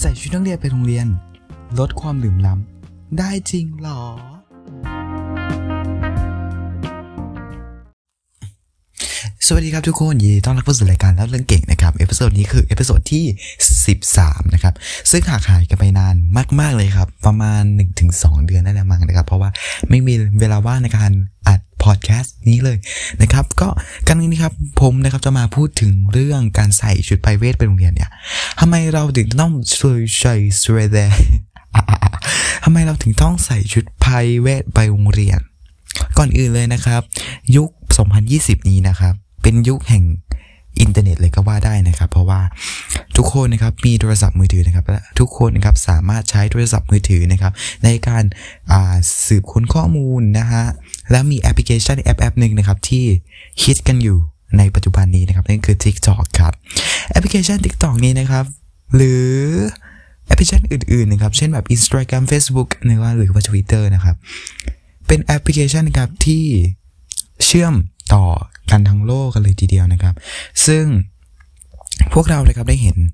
ใส่ชุดนักเรียนไปโรงเรียนลดความเหลื่อมล้ำได้จริงหรอสวัสดีครับทุกคนยินดีต้อนรับเข้าสู่รายการเล่าเรื่องเก่งนะครับเอพิโซดนี้คือเอพิโซดที่13นะครับซึ่งหายกันไปนานมากๆเลยครับประมาณ 1-2 เดือนนั่นแหละมั้งนะครับเพราะว่าไม่มีเวลาว่างในการอัดพอดแคสต์นี้เลยนะครับก็กันนี้ครับผมนะครับจะมาพูดถึงเรื่องการใส่ชุดไพรเวทไปโรงเรียนเนี่ยทำไมเราถึงต้องทำไมเราถึงต้องใส่ชุดไพรเวทไปโรงเรียนก่อนอื่นเลยนะครับยุค2020นี้นะครับเป็นยุคแห่งอินเทอร์เน็ตเลยก็ว่าได้นะครับเพราะว่าทุกคนนะครับมีโทรศัพท์มือถือนะครับและทุกคนนะครับสามารถใช้โทรศัพท์มือถือนะครับในการสืบค้นข้อมูลนะฮะและมีแอปพลิเคชันแอปหนึ่งนะครับที่ฮิตกันอยู่ในปัจจุบันนี้นะครับนั่นคือ TikTok ครับแอปพลิเคชัน TikTok นี้นะครับหรือแอปพลิเคชันอื่นๆนะครับเช่นแบบ Instagram Facebook นะครับหรือว่า Twitter นะครับเป็นแอปพลิเคชันนะครับที่เชื่อมต่อกันทั้งโลกกันเลยทีเดียวนะครับซึ่งพวกเรานะครับได้เห็น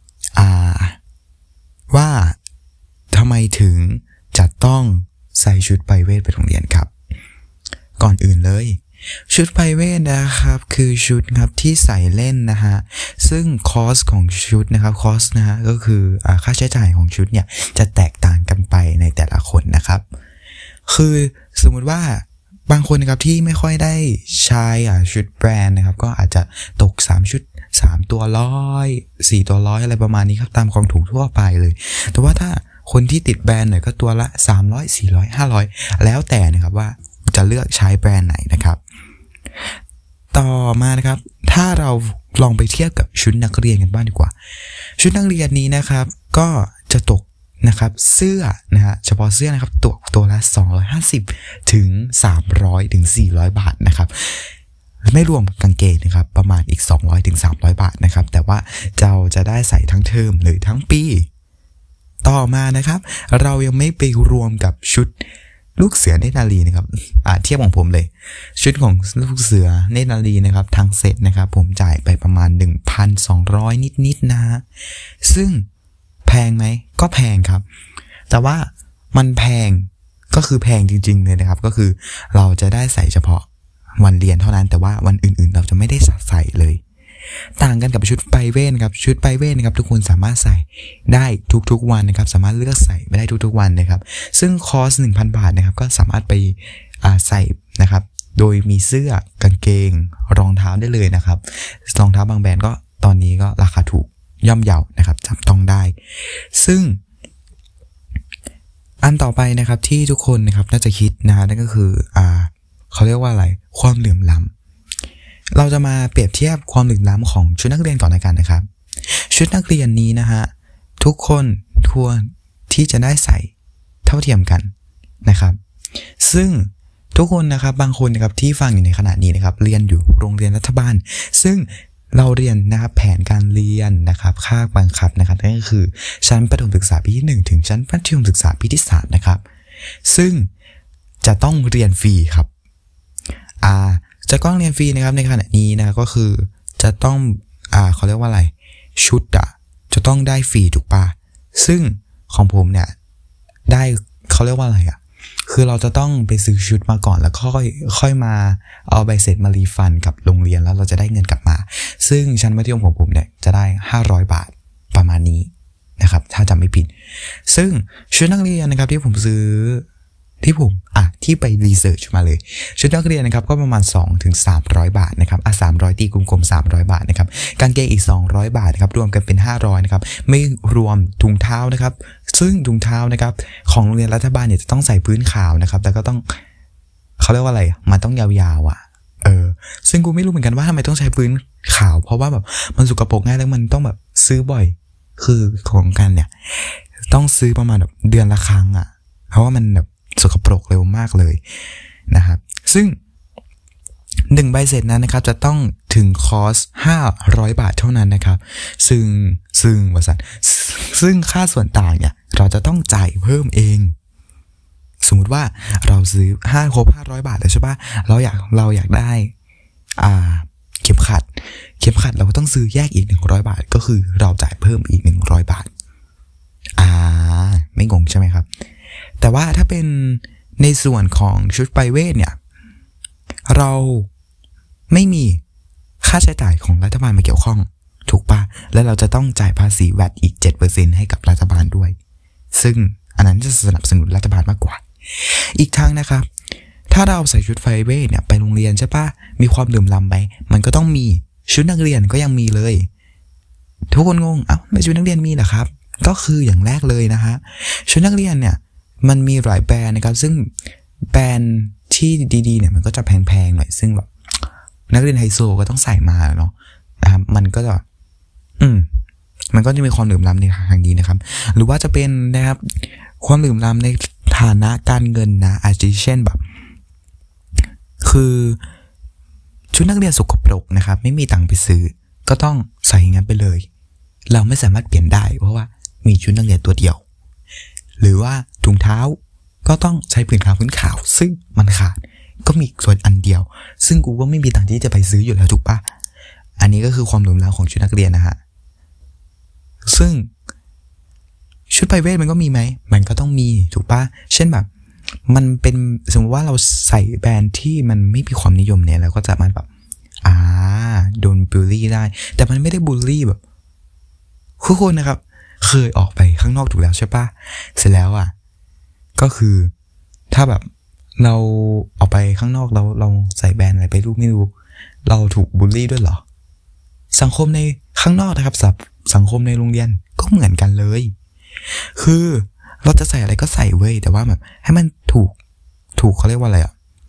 ว่าทำไมถึงจะต้องใส่ชุดไพรเวทไปโรงเรียนครับก่อนอื่นเลยชุดไพรเวทนะครับคือชุดครับที่ใส่เล่นนะฮะซึ่งคอสของชุดนะครับคอสนะฮะก็คือค่าใช้จ่ายของชุดเนี่ยจะแตกต่างกันไปในแต่ละคนนะครับคือสมมุติว่าบางคนนะครับที่ไม่ค่อยได้ใช้ชุดแบรนด์นะครับก็อาจจะตก3ชุด3ตัว100 4ตัว100อะไรประมาณนี้ครับตามของถูกทั่วไปเลยแต่ว่าถ้าคนที่ติดแบรนด์หน่อยก็ตัวละ300 400 500แล้วแต่นะครับว่าจะเลือกใช้แบรนด์ไหนนะครับต่อมานะครับถ้าเราลองไปเทียบกับชุดนักเรียนกันบ้างดีกว่าชุดนักเรียนนี้นะครับก็จะตกนะครับเสื้อนะฮะเฉพาะเสื้อนะครับตัวละ250ถึง300ถึง400บาทนะครับไม่รวมกางเกงนะครับประมาณอีก200ถึง300บาทนะครับแต่ว่าเราจะได้ใส่ทั้งเทอมหรือทั้งปีต่อมานะครับเรายังไม่ไปรวมกับชุดลูกเสือเนตรนารีนะครับเทียบของผมเลยชุดของลูกเสือเนตรนารีนะครับทั้งเซตนะครับผมจ่ายไปประมาณ 1,200 นิดๆนะซึ่งแพงไหมก็แพงครับแต่ว่ามันแพงก็คือแพงจริงๆเลยนะครับก็คือเราจะได้ใส่เฉพาะวันเรียนเท่านั้นแต่ว่าวันอื่นๆเราจะไม่ได้ใส่เลยต่างกันกับชุดไพรเวทครับชุดไพรเวทนะครับทุกคนสามารถใส่ได้ทุกๆวันนะครับสามารถเลือกใส่ไม่ได้ทุกๆวันนะครับซึ่งคอส 1,000 บาทนะครับก็สามารถไปใส่นะครับโดยมีเสื้อกางเกงรองเท้าได้เลยนะครับรองเท้าบางแบรนด์ก็ตอนนี้ก็ราคาถูกย่อมเยานะครับจับต้องได้ซึ่งอันต่อไปนะครับที่ทุกคนนะครับน่าจะคิดนะนั่นก็คือเขาเรียกว่าอะไรความเหลื่อมล้ำเราจะมาเปรียบเทียบความเหลื่อมล้ำของชุดนักเรียนก่อนในกันนะครับชุดนักเรียนนี้นะฮะทุกคนควรที่จะได้ใส่เท่าเทียมกันนะครับซึ่งทุกคนนะครับบางคนนะครับที่ฟังอยู่ในขณะนี้นะครับเรียนอยู่โรงเรียนรัฐบาลซึ่งเราเรียนนะครับแผนการเรียนนะครับภาคบังคับนะครับนั่นก็คือชั้นประถมศึกษาปีที่1ถึงชั้นมัธยมศึกษาปีที่3นะครับซึ่งจะต้องเรียนฟรีครับจะต้องเรียนฟรีนะครับในขณะนี้นะก็คือจะต้องเขาเรียกว่าอะไรชุดจะต้องได้ฟรีถูกป่ะซึ่งของผมเนี่ยได้เขาเรียกว่าอะไรคือเราจะต้องไปซื้อชุดมาก่อนแล้วค่อยมาเอาใบเสร็จมารีฟันกับโรงเรียนแล้วเราจะได้เงินกลับมาซึ่งชั้นมัธยมของผมเนี่ยจะได้500บาทประมาณนี้นะครับถ้าจำไม่ผิดซึ่งชุดนักเรียนนะครับที่ผมซื้อที่ไปรีเสิร์ชมาเลยชุดนักเรียนนะครับก็ประมาณ200-300 บาทนะครับ300ตีกลมๆ300 บาทนะครับกางเกงอีก200 บาทนะครับรวมกันเป็น500นะครับไม่รวมถุงเท้านะครับซึ่งถุงเท้านะครับของโรงเรียนรัฐบาลเนี่ยจะต้องใส่พื้นขาวนะครับแต่ก็ต้องเขาเรียกว่าอะไรมันต้องยาวๆซึ่งกูไม่รู้เหมือนกันว่าทำไมต้องใช้พื้นขาวเพราะว่าแบบมันสกปรกง่ายแล้วมันต้องแบบซื้อบ่อยคือของกันเนี่ยต้องซื้อประมาณแบบเดือนละครั้งเพราะว่ามันแบบสกปรกเร็วมากเลยนะครับซึ่ง1ใบเสร็จนั้นนะครับจะต้องถึงคอร์ส500 บาทเท่านั้นนะครับซึ่งค่าส่วนต่างเนี่ยเราจะต้องจ่ายเพิ่มเองสมมุติว่าเราซื้อครบ500 บาทแล้วใช่ป่ะเราอยากได้เข็มขัดเราก็ต้องซื้อแยกอีก100 บาทก็คือเราจ่ายเพิ่มอีก100 บาทไม่งงใช่ไหมครับแต่ว่าถ้าเป็นในส่วนของชุดไพรเวทเนี่ยเราไม่มีค่าใช้จ่ายของรัฐบาลมาเกี่ยวข้องถูกปะแล้วเราจะต้องจ่ายภาษี VAT อีก 7% ให้กับรัฐบาลด้วยซึ่งอันนั้นจะสนับสนุนรัฐบาลมากกว่าอีกทางนะครับถ้าเราใส่ชุดไพรเวทเนี่ยไปโรงเรียนใช่ปะมีความเหลื่อมล้ำไหมมันก็ต้องมีชุดนักเรียนก็ยังมีเลยทุกคนงงไม่ชุดนักเรียนมีเหรอครับก็คืออย่างแรกเลยนะฮะชุดนักเรียนเนี่ยมันมีหลายแบรนด์นะครับซึ่งแบรนด์ที่ดีๆเนี่ยมันก็จะแพงๆหน่อยซึ่งแบบนักเรียนไฮโซก็ต้องใส่มาเนาะนะครับมันก็จะมันก็จะมีความเหลื่อมล้ำในทางนี้นะครับหรือว่าจะเป็นนะครับความเหลื่อมล้ำในฐานะการเงินนะอาจจะเช่นแบบคือชุดนักเรียนสกปรกนะครับไม่มีตังค์ไปซื้อก็ต้องใส่อย่างนั้นไปเลยเราไม่สามารถเปลี่ยนได้เพราะว่ามีชุดนักเรียนตัวเดียวหรือว่าถุงเท้าก็ต้องใช้ผืนขาวซึ่งมันขาดก็มีส่วนอันเดียวซึ่งกูก็ไม่มีตังค์ที่จะไปซื้ออยู่แล้วถูกปะอันนี้ก็คือความเหลื่อมล้ำของชุดนักเรียนนะฮะซึ่งชุดไพรเวทมันก็มีไหมมันก็ต้องมีถูกปะเช่นแบบมันเป็นสมมติว่าเราใส่แบรนด์ที่มันไม่มีความนิยมเนี่ยเราก็จะมันแบบโดนบูลลี่ได้แต่มันไม่ได้บูลลี่แบบทุกคนนะครับเคยออกไปข้างนอกถูกแล้วใช่ปะเสร็จแล้วก็คือถ้าแบบเราออกไปข้างนอกเราใส่แบรนด์อะไรไปไม่รู้เราถูกบูลลี่ด้วยเหรอสังคมในข้างนอกนะครับสังคมในโรงเรียนก็เหมือนกันเลยคือเราจะใส่อะไรก็ใส่เว้ยแต่ว่าแบบให้มันถูกเขาเรียกว่าอะไร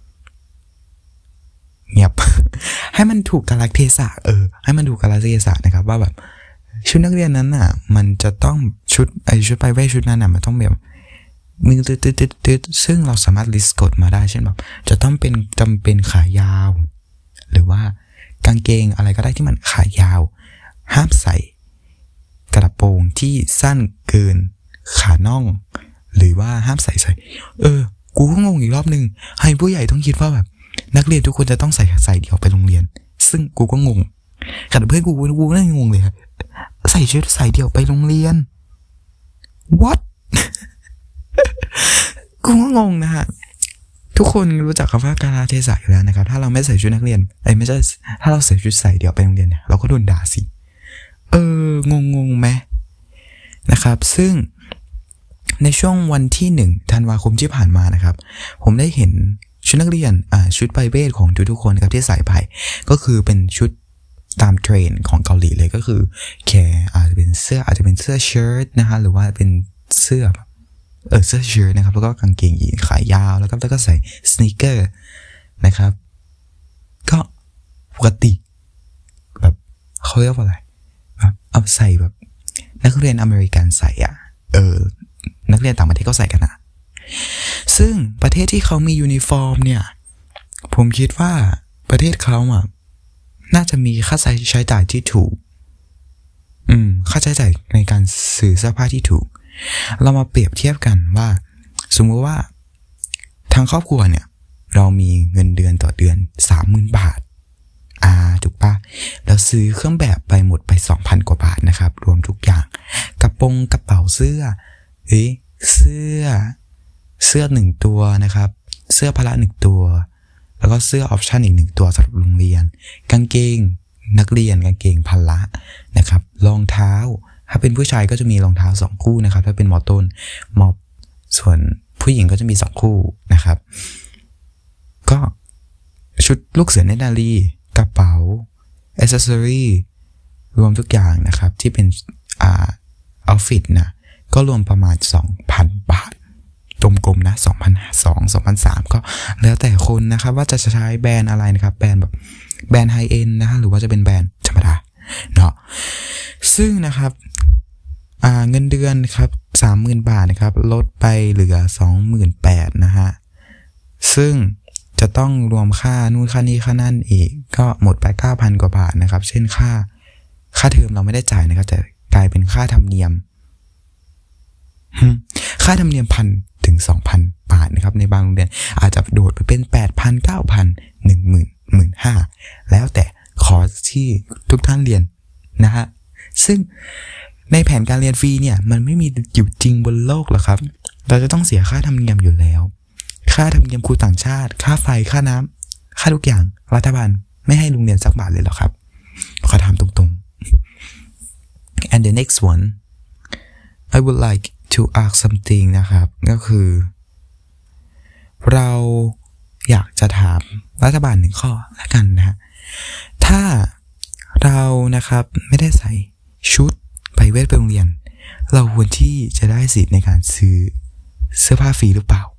เงียบ ให้มันถูกกาลเทศะให้มันถูกกาลเทศะนะครับว่าแบบชุดนักเรียนนั้นมันจะต้องชุดไพรเวทชุดนั้นมันต้องแบบมือตืดซึ่งเราสามารถลิสต์กฎมาได้เช่นแบบจะต้องเป็นจำเป็นขายาวหรือว่ากางเกงอะไรก็ได้ที่มันขายาวห้ามใส่กระโปรงที่สั้นเกินขาน่องหรือว่าห้ามใส่กูก็งงอีกรอบนึงให้ผู้ใหญ่ต้องคิดว่าแบบนักเรียนทุกคนจะต้องใส่เดี่ยวไปโรงเรียนซึ่งกูก็งงกับเพื่อนกูนั่งงงเลยครับใส่ชุดใส่เดี่ยวไปโรงเรียน what กูก็งงนะฮะทุกคนรู้จักคำว่ากาลเทศะอยู่แล้วนะครับถ้าเราไม่ใส่ชุดนักเรียนไม่ใช่ถ้าเราใส่ชุดใส่เดี่ยวไปโรงเรียนเนี่ยเราก็โดนด่าสิงงไหมนะครับซึ่งในช่วงวันที่1 ธันวาคมที่ผ่านมานะครับผมได้เห็นชุดนักเรียนชุดไพรเวทของทุกคนครับที่ใส่ไปก็คือเป็นชุดตามเทรนด์ของเกาหลีเลยก็คือแค่อาจจะเป็นเสื้อเชิ้ตนะฮะหรือว่าเป็นเสื้อเสื้อเชิ้ตนะครับแล้วก็กางเกงยีนขายาวแล้วก็ใส่สนีกเกอร์นะครับก็ปกติแบบเขาเรียกว่าอะไรแบบเอาใส่แบบนักเรียนอเมริกันใส่นักเรียนต่างประเทศก็ใส่กันซึ่งประเทศที่เขามียูนิฟอร์มเนี่ยผมคิดว่าประเทศเขาน่าจะมีค่าใช้จ่ายที่ถูกค่าใช้จ่ายในการซื้อเสื้อผ้าที่ถูกเรามาเปรียบเทียบกันว่าสมมติว่าทางครอบครัวเนี่ยเรามีเงินเดือนต่อเดือน 30,000 บาทถูกปะแล้วซื้อเครื่องแบบไปหมดไป 2,000 กว่าบาทนะครับรวมทุกอย่างกระเป๋าเสื้อเสื้อ1ตัวนะครับเสื้อพละ1ตัวแล้วก็เสื้อออปชั่นอีก1ตัวสำหรับโรงเรียนกางเกงนักเรียนกางเกงพละนะครับรองเท้าถ้าเป็นผู้ชายก็จะมีรองเท้า2คู่นะครับถ้าเป็นม.ต้นส่วนผู้หญิงก็จะมี2คู่นะครับก็ชุดลูกเสือเนตรนารีกระเป๋าแอคเซสซอรี่รวมทุกอย่างนะครับที่เป็นเอาท์ฟิตนะก็รวมประมาณ 2,000 บาทกลมๆนะ 2,200 2,300 ก็แล้วแต่คนนะครับว่าจะใช้แบรนด์อะไรนะครับแบรนด์แบบแบรนด์ไฮเอ็นด์นะฮะหรือว่าจะเป็นแบรนด์ธรรมดาเนาะซึ่งนะครับเงินเดือนครับ 30,000 บาทนะครับลดไปเหลือ 28,000 นะฮะซึ่งจะต้องรวมค่านู่นค่านี้ค่านั่นอีกก็หมดไป 9,000 กว่าบาทนะครับเช่นค่าเทอมเราไม่ได้จ่ายนะครับแต่กลายเป็นค่าธรรมเนียม1,000 ถึง 2,000 บาทนะครับในบางโรงเรียนอาจจะโดดไปเป็น 8,000 9,000 10,000 15,000แล้วแต่คอร์สที่ทุกท่านเรียนนะฮะซึ่งในแผนการเรียนฟรีเนี่ยมันไม่มีอยู่จริงบนโลกหรอกครับเราจะต้องเสียค่าธรรมเนียมอยู่แล้วค่าธรรมเนียมครูต่างชาติค่าไฟค่าน้ำค่าทุกอย่างรัฐบาลไม่ให้ลุงเรียนสักบาทเลยหรอครับขอถามตรงๆ and the next one I would like to ask something นะครับก็คือเราอยากจะถามรัฐบาลหนึ่งข้อละกันนะฮะถ้าเรานะครับไม่ได้ใส่ชุดไปเวทไปโรงเรียนเราควรที่จะได้สิทธิ์ในการซื้อเสื้อผ้าฟรีหรือเปล่า